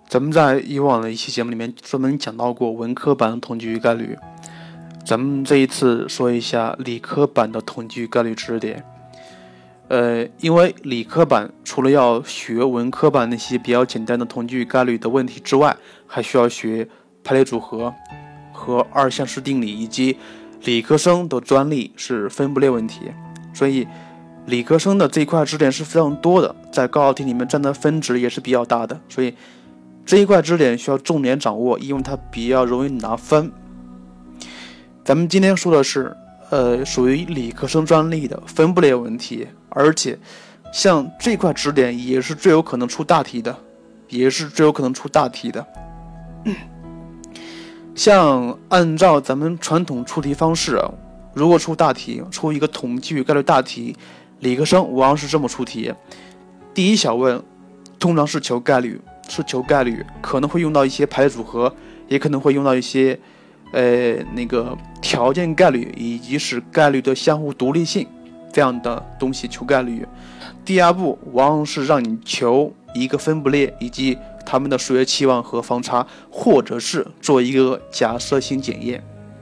咱们在以往的一期节目里面专门讲到过文科版的统计与概率，咱们这一次说一下理科版的统计与概率知识点。因为理科版除了要学文科版那些比较简单的统计与概率的问题之外，还需要学排列组合和二项式定理，以及理科生的专利是分布列问题。所以理科生的这一块知识点是非常多的，在高考题里面占的分值也是比较大的，所以这一块知识点需要重点掌握，因为它比较容易拿分。咱们今天说的是属于理科生专利的分布列问题，而且像这块知识点也是最有可能出大题的，像按照咱们传统出题方式如果出大题，出一个统计与概率大题，理科生往往是这么出题。第一小问通常是求概率，可能会用到一些排列组合，也可能会用到一些条件概率，以及是概率的相互独立性这样的东西求概率。第二步往往是让你求一个分布列以及它们的数学期望和方差，或者是做一个假设性检验。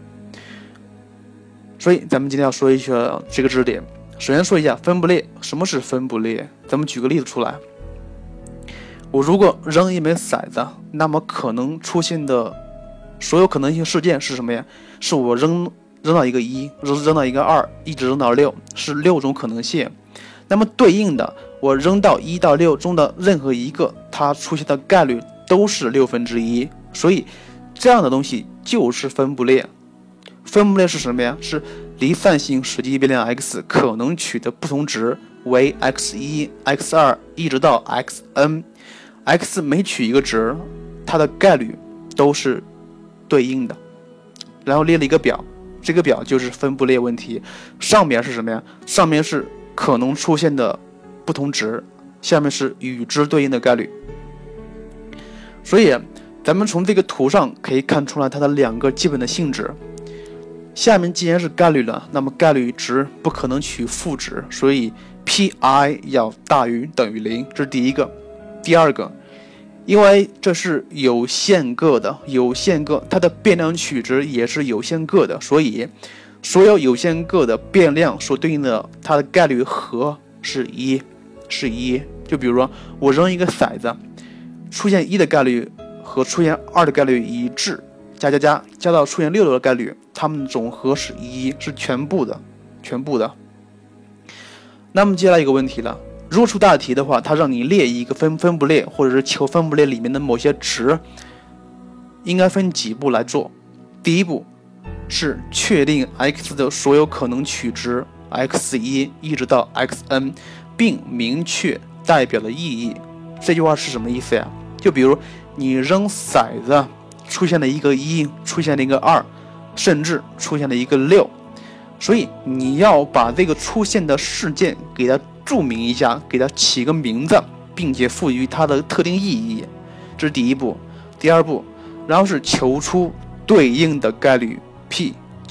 所以咱们今天要说一下这个知识点。首先说一下分布列，什么是分布列？咱们举个例子出来。我如果扔一枚骰子，那么可能出现的所有可能性事件是什么呀？是我扔到一个1，扔到一个2，一直扔到6，是6种可能性。那么对应的，我扔到1到6中的任何一个，它出现的概率都是1/6。所以这样的东西就是分布列。分布列是什么呀？是离散性实际变量 x 可能取的不同值为 x1、x2 一直到 xn，x 每取一个值，它的概率都是对应的。然后列了一个表，这个表就是分布列问题。上面是什么呀？上面是可能出现的不同值，下面是与之对应的概率。所以咱们从这个图上可以看出来它的两个基本的性质。下面既然是概率了，那么概率值不可能取负值，所以 pi 要大于等于0，这是第一个。第二个，因为这是有限个的，它的变量取值也是有限个的，所以所有有限个的变量所对应的它的概率和是1。就比如说我扔一个骰子，出现1的概率和出现2的概率一致，加到出现6的概率，它们的总和是1，是全部的。那么接下来一个问题了，如果出大题的话，它让你列一个分布列，或者是求分布列里面的某些值，应该分几步来做。第一步是确定 x 的所有可能取值 x1 一直到 xn， 并明确代表的意义。这句话是什么意思呀？就比如你扔骰子，出现了一个1，出现了一个2，甚至出现了一个6，所以你要把这个出现的事件给它注明一下，给它起个名字，并且赋予它的特定意义。这是第一步。第二步，然后是求出对应的概率 p，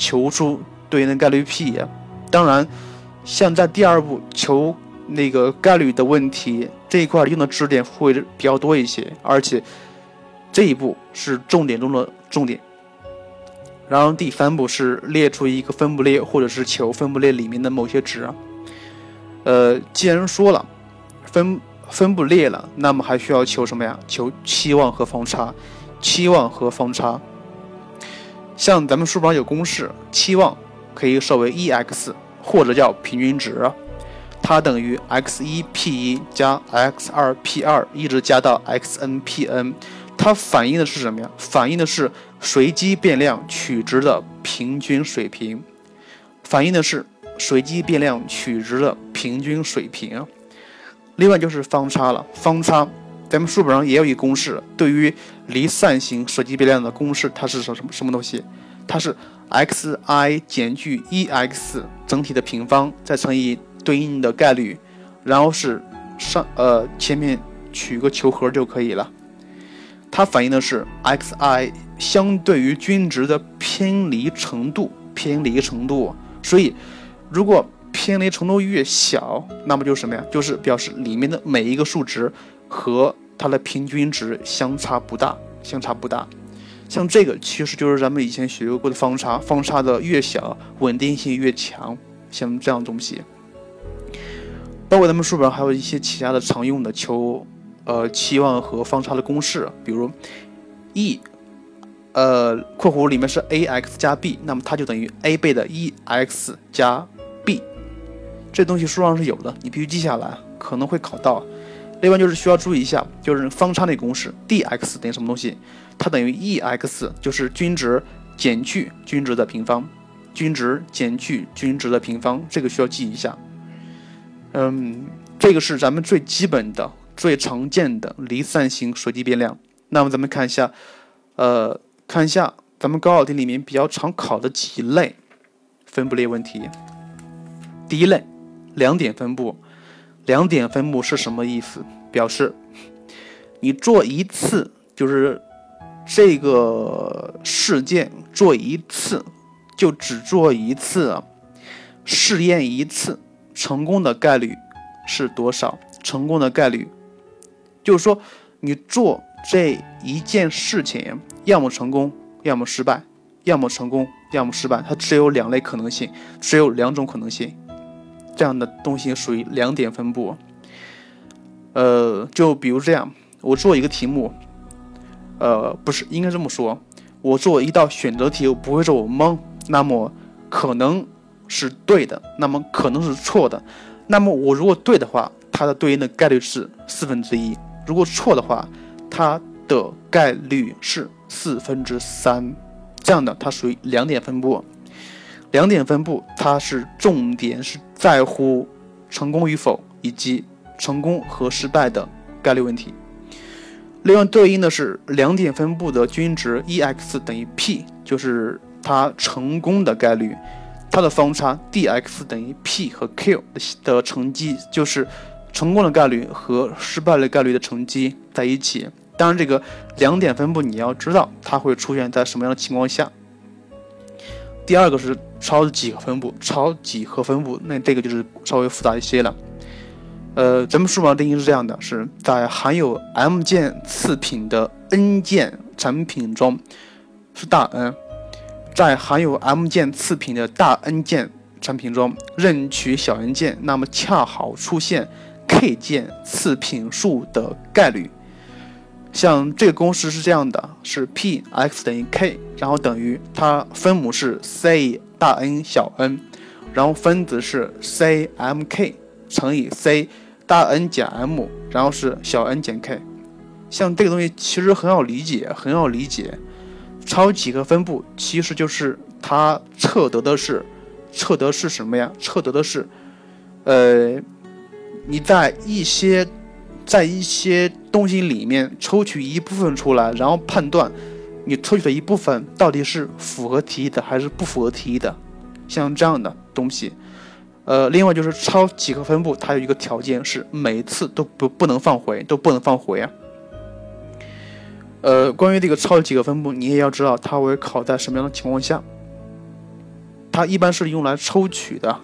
当然像在第二步求那个概率的问题这一块用的知识点会比较多一些，而且这一步是重点中的重点。然后第三步是列出一个分布列，或者是求分布列里面的某些值。既然说了分布列了，那么还需要求什么呀？求期望和方差。像咱们书本上有公式，期望可以设为 1x， 或者叫平均值，它等于 x1p1 加 x2p2 一直加到 xnpn。它反映的是什么呀？反映的是随机变量取值的平均水平。另外就是方差了。方差咱们书本上也有一个公式，对于离散型随机变量的公式，它是什么东西？它是 xi 减去 1x 整体的平方，再乘以对应的概率，然后是前面取个求和就可以了。它反映的是 xi 相对于均值的偏离程度，所以如果偏离程度越小，那么就是什么呀？就是表示里面的每一个数值和它的平均值相差不大。像这个其实就是咱们以前学过的方差，方差的越小，稳定性越强，像这样的东西。包括咱们书本上还有一些其他的常用的求期望和方差的公式，比如 e 括弧里面是 ax 加 b， 那么它就等于 a 倍的 ex 加 b， 这东西书上是有的，你必须记下来，可能会考到。另外就是需要注意一下，就是方差那公式 dx 等于什么东西，它等于 ex， 就是均值减去均值的平方，均值减去均值的平方，这个需要记一下。这个是咱们最基本的、最常见的离散型随机变量。那么咱们看一下，咱们高考题里面比较常考的几类分布列问题。第一类，两点分布。两点分布是什么意思？表示你做一次，就是这个事件做一次，就只做一次，试验一次，成功的概率是多少？成功的概率就是说，你做这一件事情，要么成功，要么失败，要么成功，要么失败，它只有两类可能性，只有两种可能性。这样的东西属于两点分布。就比如这样，我做一个题目，不是应该这么说，我做一道选择题，我不会说我蒙，那么可能是对的，那么可能是错的。那么我如果对的话，它的对应的概率是1/4；如果错的话，它的概率是3/4。这样的，它属于两点分布。两点分布，它是重点是在乎成功与否以及成功和失败的概率问题。另外对应的是两点分布的均值 ex 等于 p， 就是它成功的概率，它的方差 dx 等于 p 和 q 的乘积，就是成功的概率和失败的概率的乘积在一起。当然这个两点分布你要知道它会出现在什么样的情况下。第二个是超几何分布，超几何分布，那这个就是稍微复杂一些了。咱们书上定义是这样的，是在含有 m 件次品的 n 件产品中是大 N， 在含有 m 件次品的大 N 件产品中任取小 n 件，那么恰好出现 k 件次品数的概率。像这个公式是这样的，是 px 等于 k， 然后等于它分母是 c 大 N 小 n， 然后分子是 c mk 乘以 c 大 N 减 m， 然后是小 n 减 k。像这个东西其实很好理解，超几何分布其实就是它测得的是什么呀？测得的是，你在一些东西里面抽取一部分出来，然后判断你抽取的一部分到底是符合题意的还是不符合题意的，像这样的东西。另外就是超几何分布，它有一个条件是每次都不能放回，啊。关于这个超几何分布，你也要知道它会考在什么样的情况下。它一般是用来抽取的，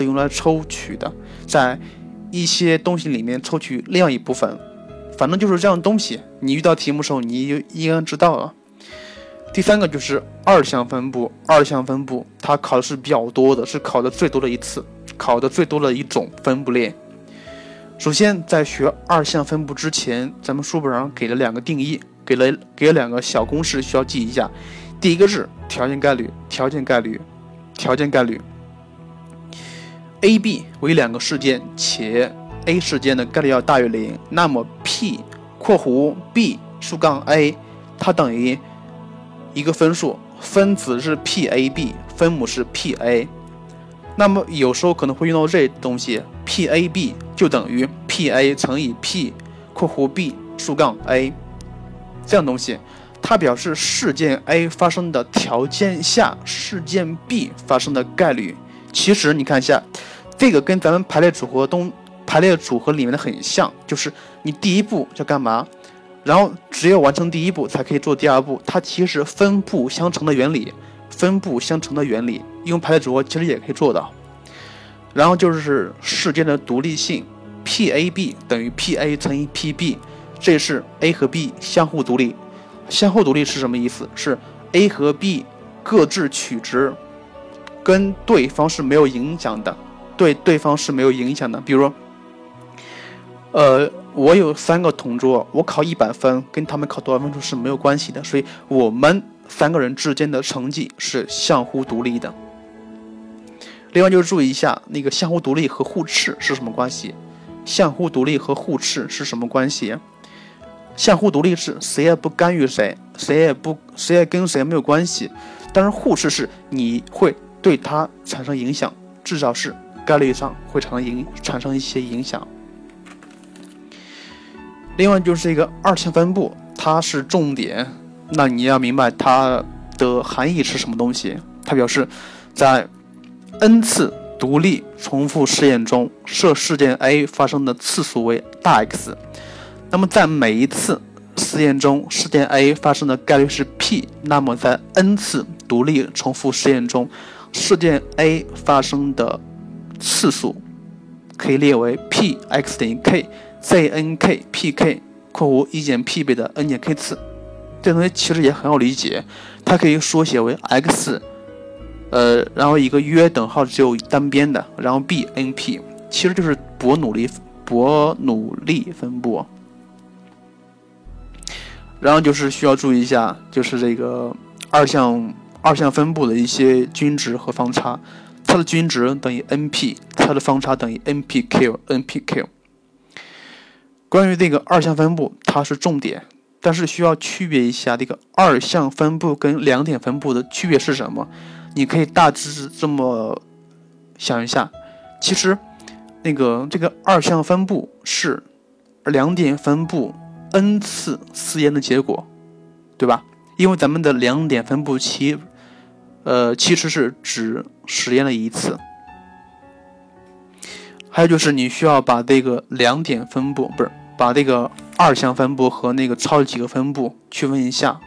在一些东西里面抽取另外一部分，反正就是这样的东西。你遇到题目的时候，你就应该知道了。第三个就是二项分布，它考的是比较多的，是考的最多的一种分布列。首先，在学二项分布之前，咱们书本上给了两个定义，给了两个小公式，需要记一下。第一个是条件概率。A、B 为两个事件，且 A 事件的概率要大于0，那么 P括弧 B 竖杠 A 它等于一个分数，分子是 PAB， 分母是 PA。那么有时候可能会用到这东西 ，PAB 就等于 PA 乘以 P括弧 B 竖杠 A， 这样东西，它表示事件 A 发生的条件下，事件 B 发生的概率。其实你看一下，这个跟咱们排列组合里面的很像，就是你第一步要干嘛，然后只有完成第一步才可以做第二步，它其实分布相乘的原理，用排列组合其实也可以做到。然后就是事件的独立性 ，PAB 等于 PA 乘以 PB， 这是 A 和 B 相互独立。相互独立是什么意思？是 A 和 B 各自取值，跟对方是没有影响的，对对方是没有影响的。比如我有3个同桌，我考100分跟他们考多少分数是没有关系的，所以我们3个人之间的成绩是相互独立的。另外就是注意一下，那个相互独立和互斥是什么关系？相互独立和互斥是什么关系？相互独立是谁也不干预谁，谁也跟谁没有关系。但是互斥是你会对他产生影响，至少是概率上会产生一些影响。另外就是这个二项分布，它是重点，那你要明白它的含义是什么东西。它表示在 n 次独立重复试验中，设事件 A 发生的次数为大 X， 那么在每一次试验中事件 A 发生的概率是 P， 那么在 n 次独立重复试验中，事件 A 发生的次数可以列为 Px 等于 k，ZnK Pk括弧1减 P 倍的 n 减 k 次。这东西其实也很好理解，它可以缩写为 x， 然后一个约等号只有单边的，然后 bnp， 其实就是伯努利分布。然后就是需要注意一下，就是这个二项分布的一些均值和方差，它的均值等于 np， 它的方差等于 npq。关于这个二项分布，它是重点，但是需要区别一下这个二项分布跟两点分布的区别是什么。你可以大致这么想一下，其实这个二项分布是两点分布 n 次试验的结果，对吧？因为咱们的两点分布其实是只实验了一次。还有就是你需要把这个两点分布，把这个二项分布和那个超几个分布区分一下。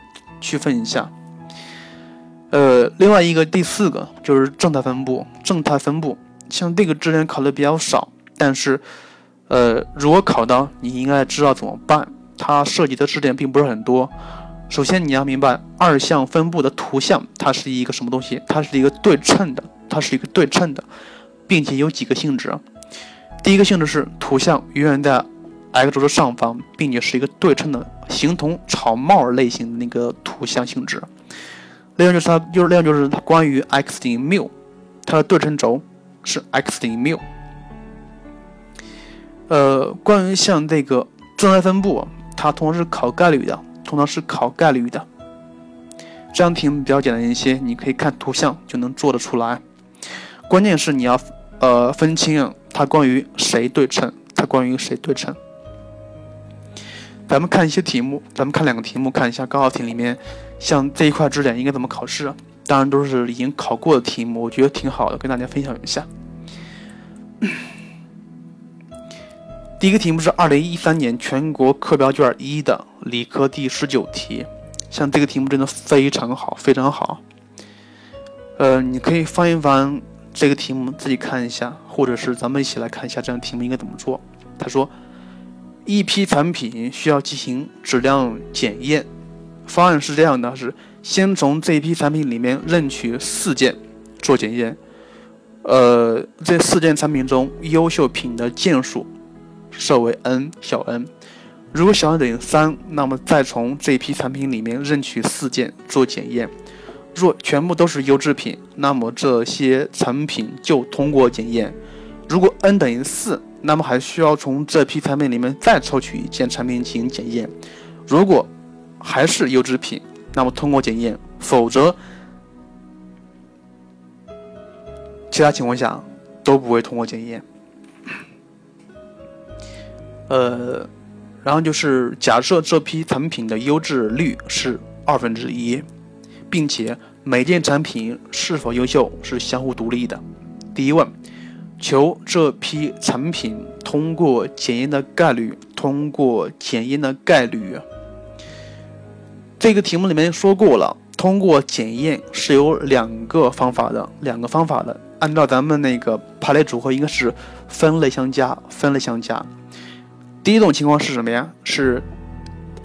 另外一个第4个就是正态分布。像这个之前考的比较少，但是如果考到，你应该知道怎么办。它涉及的知点并不是很多。首先你要明白二项分布的图像它是一个什么东西，它是一个对称的，并且有几个性质。第一个性质是图像永远在 x 轴的上方，并且是一个对称的，形同草帽类型的那个图像性质。另外就是它关于 x 等于缪，它的对称轴是 x 等于缪。关于像这个正态分布，它通常是考概率的，这样题目比较简单一些，你可以看图像就能做得出来。关键是你要分清它关于谁对称。咱们看一些题目，咱们看2个题目，看一下高考题里面像这一块知识点应该怎么考试。当然都是已经考过的题目，我觉得挺好的，跟大家分享一下。第一个题目是2013年全国课标卷1的理科第19题，像这个题目真的非常好。你可以翻一翻这个题目自己看一下，或者是咱们一起来看一下这样的题目应该怎么做。他说一批产品需要进行质量检验，方案是这样的，是先从这一批产品里面任取4件做检验，这4件产品中优秀品的件数设为 n 小 n， 如果小 n 等于3，那么再从这一批产品里面任取4件做检验，若全部都是优质品，那么这些产品就通过检验。如果 n 等于4，那么还需要从这批产品里面再抽取1件产品进行检验，如果还是优质品，那么通过检验，否则其他情况下都不会通过检验。然后就是假设这批产品的优质率是1/2，并且每件产品是否优秀是相互独立的。第一问，求这批产品通过检验的概率。这个题目里面说过了，通过检验是有两个方法的。按照咱们那个排列组合，应该是分类相加。第一种情况是什么呀？是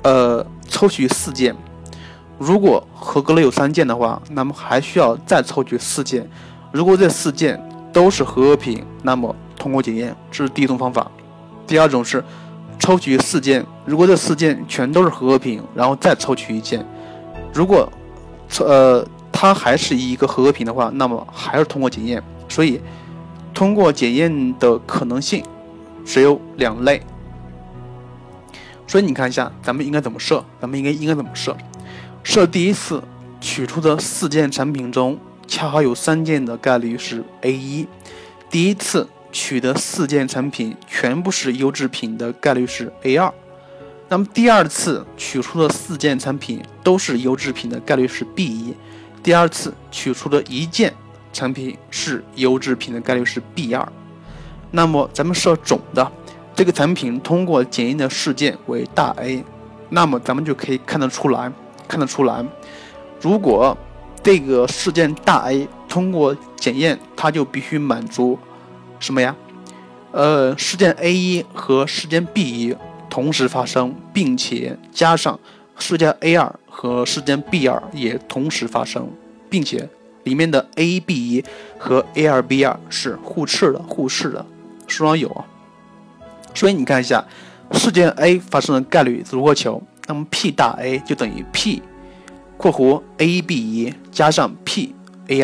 抽取4件，如果合格了有3件的话，那么还需要再抽取4件，如果这4件都是合格品，那么通过检验，这是第一种方法。第二种是抽取4件，如果这4件全都是合格品，然后再抽取1件，如果它还是一个合格品的话，那么还是通过检验。所以通过检验的可能性只有2类。所以你看一下，咱们应该怎么设？设第一次取出的4件产品中，恰好有3件的概率是 A1。第一次取的4件产品全部是优质品的概率是 A2。那么第二次取出的4件产品都是优质品的概率是 B1。第二次取出的1件产品是优质品的概率是 B2。那么咱们设总的，这个产品通过检验的事件为大 A， 那么咱们就可以看得出来，如果这个事件大 A 通过检验，它就必须满足什么呀？事件 A1 和事件 B1 同时发生，并且加上事件 A2 和事件 B2 也同时发生，并且里面的 A1B1 和 A2B2 是互斥的，双方有啊。所以你看一下，事件 A 发生的概率如何求？那么 P 大 A 就等于 P (括弧 A1B1 加上 P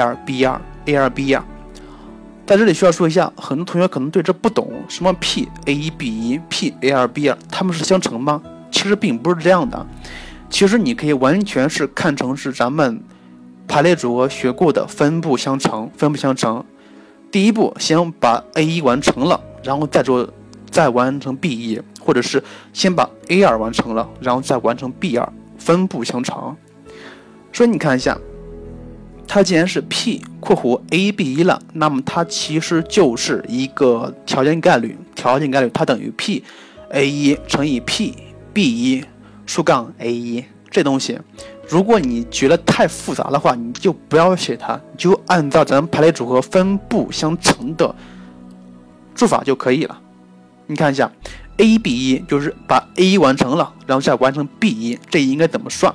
A2B2 在这里需要说一下，很多同学可能对这不懂，什么 P A1B1 P A2B2 它们是相乘吗？其实并不是这样的。其实你可以完全是看成是咱们排列组合学过的分布相乘。第一步先把 A1 完成了，然后再完成 B1， 或者是先把 A2 完成了，然后再完成 B2， 分布相乘。所以你看一下，它既然是 P (括弧 A1B1 了，那么它其实就是一个条件概率，它等于 P A1 乘以 P B1 竖杠 A1。这东西如果你觉得太复杂的话，你就不要写它，你就按照咱们排列组合分布相乘的做法就可以了。你看一下 A1B1 就是把 A1 完成了，然后再完成 B1， 这应该怎么算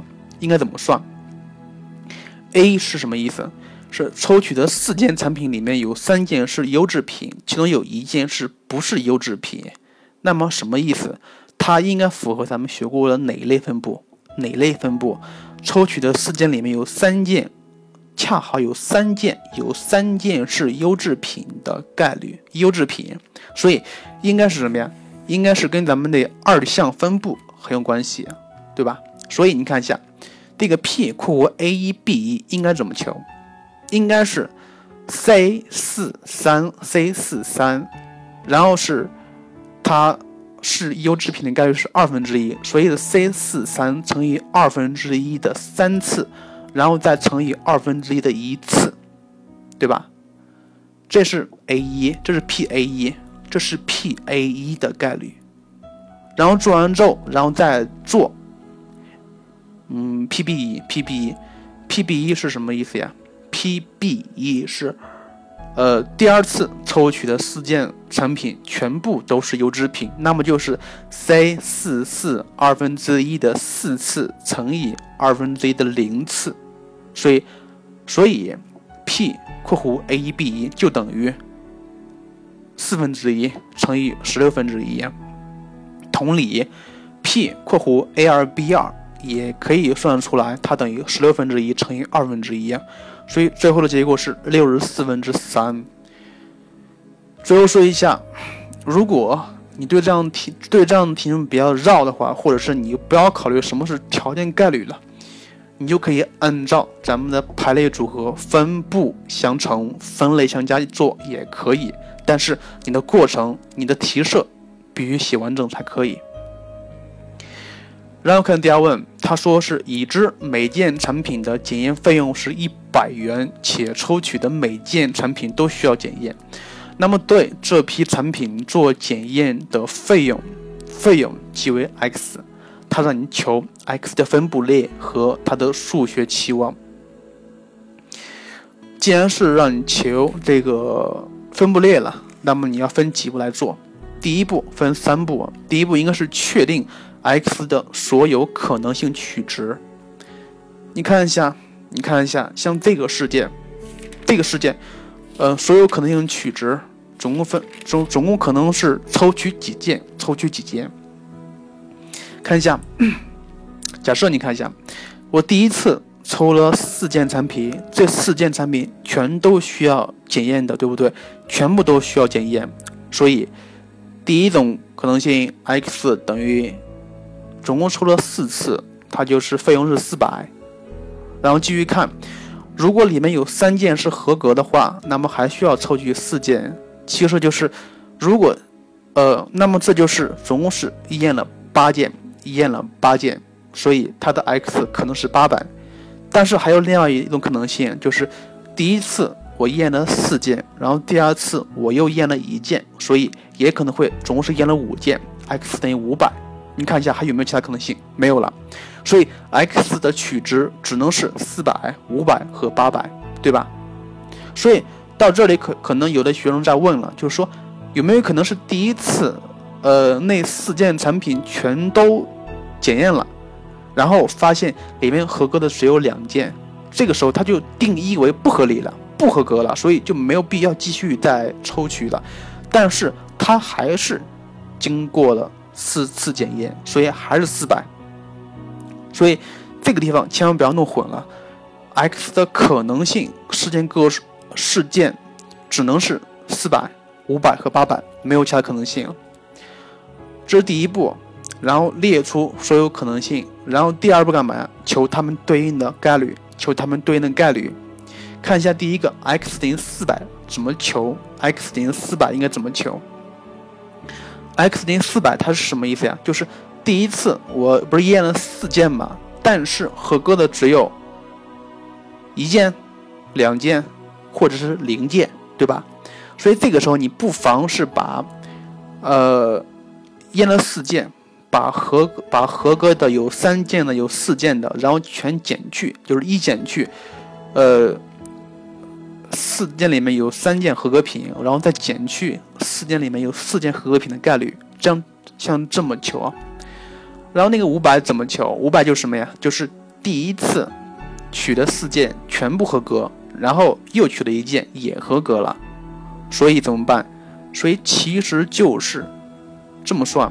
？A 是什么意思？是抽取的4件产品里面有3件是优质品，其中有1件是不是优质品。那么什么意思？它应该符合咱们学过的哪类分布？抽取的4件里面有3件，恰好有3件是优质品的概率，所以应该是什么呀？应该是跟咱们的2项分布很有关系，对吧？所以你看一下这个 P (括弧 A1B1 应该怎么求？应该是 C43，然后是它是优质品的概率是1/2，所以 C43乘以1/2的3次，然后再乘以1/2的1次，对吧？这是 A1， 这是 PA1， 这是 PA1 的概率。然后做完之后，然后再做PB1 是什么意思呀？ PB1 是第二次抽取的4件产品全部都是优质品，那么就是 C44 1/2的4次乘以1/2的0次，所以 P (括弧 A1B1 就等于1/4乘以16%。同理 P (括弧 A2B2 也可以算出来，它等于16%乘以1/2，所以最后的结果是64/3。最后说一下，如果你对这样的题目比较绕的话，或者是你不要考虑什么是条件概率了，你就可以按照咱们的排列组合分布相乘，分类相加做也可以，但是你的过程，你的题设必须写完整才可以。然后看第二问，他说是已知每件产品的检验费用是100元，且抽取的每件产品都需要检验。那么对这批产品做检验的费用即为 x， 它让你求 x 的分布列和它的数学期望。既然是让你求这个分布列了，那么你要分几步来做？第一步分3步，第一步应该是确定 x 的所有可能性取值。你看一下，像这个事件，所有可能性取值总共可能是抽取几件？看一下，假设你看一下，我第一次抽了4件产品，这4件产品全都需要检验的，对不对？全部都需要检验，所以第一种可能性 x 等于总共抽了4次，它就是费用是400。然后继续看，如果里面有3件是合格的话，那么还需要抽取4件，其实就是如果那么这就是总共是验了8件，所以它的 x 可能是800。但是还有另外一种可能性，就是第一次我验了4件，然后第二次我又验了1件，所以也可能会总共是验了5件， x 等于500。你看一下还有没有其他可能性？没有了，所以 x 的取值只能是400、500和800，对吧？所以到这里可能有的学生在问了，就是说有没有可能是第一次那4件产品全都检验了，然后发现里面合格的只有2件，这个时候它就定义为不合格了，所以就没有必要继续再抽取了。但是它还是经过了4次检验，所以还是400。所以这个地方千万不要弄混了， x 的可能性事件只能是400、500和800，没有其他可能性。这是第一步，然后列出所有可能性，然后第二步干嘛呀？求它们对应的概率，看一下第一个 x 等于400怎么求？ x 等于400应该怎么求？ x 等于400它是什么意思呀？就是第一次我不是验了4件嘛，但是合格的只有1件、2件或者是0件，对吧？所以这个时候你不妨是把验了4件，把合格的有3件的有4件的，然后全减去，就是1减去4件里面有3件合格品，然后再减去4件里面有4件合格品的概率，这样像这么求。然后那个500怎么求？500就是什么呀？就是第一次取的4件全部合格，然后又取了1件也合格了，所以怎么办？所以其实就是这么算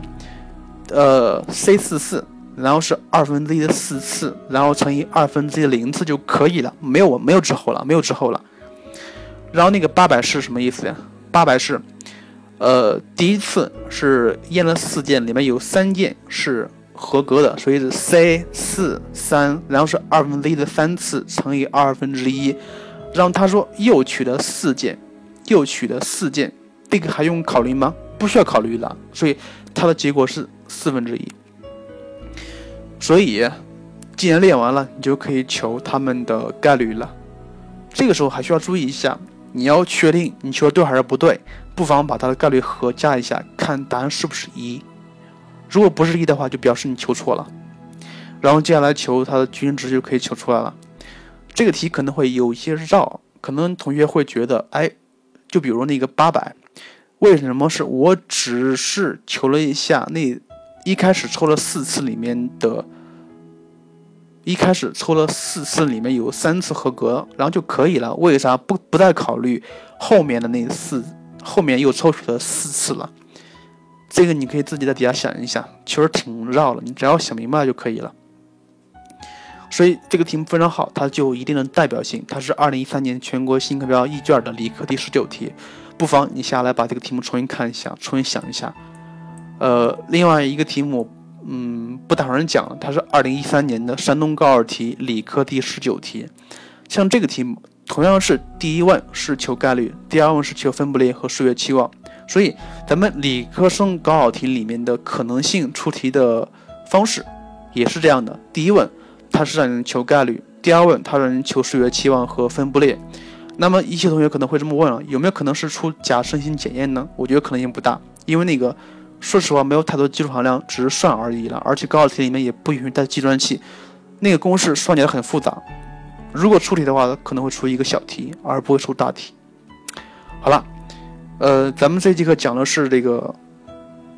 ，C44，然后是1/2的4次，然后乘以1/2的0次就可以了，没有之后了。然后那个800是什么意思呀？800是第一次是验了4件，里面有3件是合格的，所以是 C43，然后是1/2的3次乘以1/2，然后他说又取了4件，这个还用考虑吗？不需要考虑了，所以它的结果是1/4。所以既然练完了，你就可以求它们的概率了。这个时候还需要注意一下，你要确定你求的对还是不对，不妨把它的概率和加一下，看答案是不是1。如果不是1的话，就表示你求错了。然后接下来求它的均值就可以求出来了。这个题可能会有一些绕，可能同学会觉得，就比如那个800，为什么是我只是求了一下那一开始抽了4次里面有3次合格，然后就可以了，为啥不再考虑后面的后面又抽取了4次了？这个你可以自己在底下想一想，其实挺绕了，你只要想明白就可以了。所以这个题目非常好，它具有一定的代表性，它是2013年全国新课标1卷的理科第19题，不妨你下来把这个题目重新看一下，重新想一下。另外一个题目不打算讲了，它是2013年的山东高2题理科第19题。像这个题目同样是第一问是求概率，第二问是求分布列和数学期望，所以咱们理科生高2题里面的可能性出题的方式也是这样的。第一问它是让人求概率，第二问它让人求数学期望和分布列。那么一些同学可能会这么问了，有没有可能是出假设性检验呢？我觉得可能性不大，因为那个说实话没有太多技术含量，只是算而已了，而且高2题里面也不允许带计算器，那个公式算起来很复杂，如果出题的话可能会出一个小题而不会出大题。好了，咱们这节课讲的是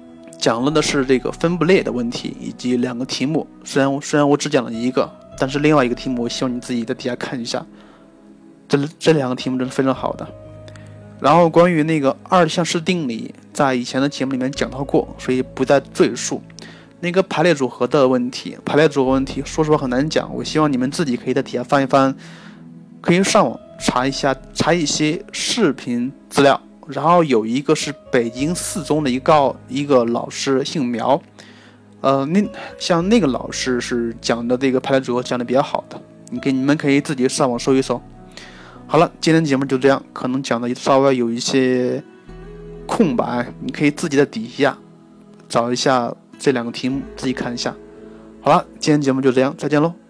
讲了的是这个分布列的问题以及2个题目，虽然我只讲了1个，但是另外一个题目我希望你自己在底下看一下，这2个题目真是非常好的。然后关于那个二项式定理，在以前的节目里面讲到过，所以不再赘述。那个排列组合的问题，说实话很难讲，我希望你们自己可以在底下翻一翻，可以上网查一些视频资料。然后有一个是北京4中的一个老师，姓苗，像那个老师是讲的这个排列组合讲的比较好的，你们可以自己上网搜一搜。好了，今天节目就这样，可能讲的稍微有一些空白，你可以自己在底下找一下这2个题目，自己看一下。好了，今天节目就这样，再见喽。